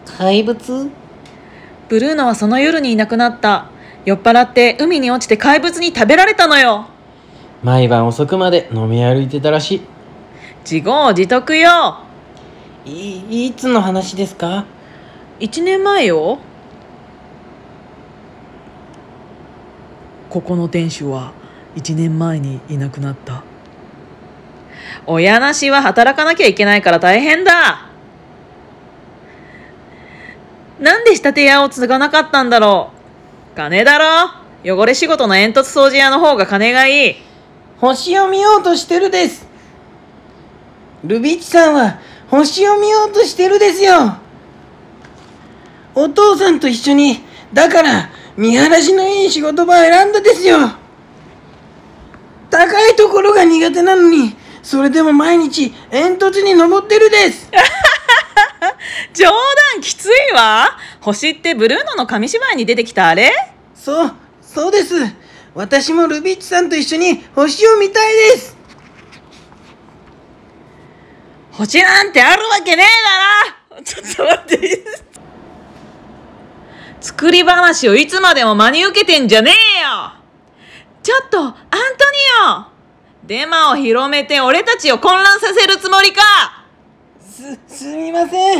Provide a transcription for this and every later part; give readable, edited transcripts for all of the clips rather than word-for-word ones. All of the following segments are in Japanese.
怪物？ ブルーノはその夜にいなくなった。酔っ払って海に落ちて怪物に食べられたのよ。 毎晩遅くまで飲み歩いてたらしい。 自業自得よ。 いつの話ですか 1年前よ。ここの店主は1年前にいなくなった。親なしは働かなきゃいけないから大変だ。なんで仕立て屋を継がなかったんだろう。金だろ。汚れ仕事の煙突掃除屋の方が金がいい。 星を見ようとしてるです。ルビッチさんは星を見ようとしてるですよ。お父さんと一緒に、だから見晴らしのいい仕事場を選んだですよ。高いところが苦手なのに、それでも毎日煙突に登ってるです。 冗談きついわ。星ってブルーノの紙芝居に出てきたあれ？ そうです。私もルビッチさんと一緒に星を見たいです。 星なんてあるわけねえだろ。ちょっと待って。作り話をいつまでも真に受けてんじゃねえよ。ちょっとアントニオ、デマを広めて俺たちを混乱させるつもりか。 すみません。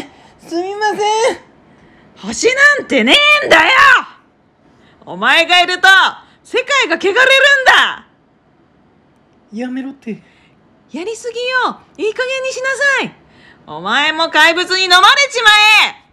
星なんてねえんだよ。お前がいると世界が汚れるんだ。 やめろって。 やりすぎよ。いい加減にしなさい。お前も怪物に飲まれちまえ。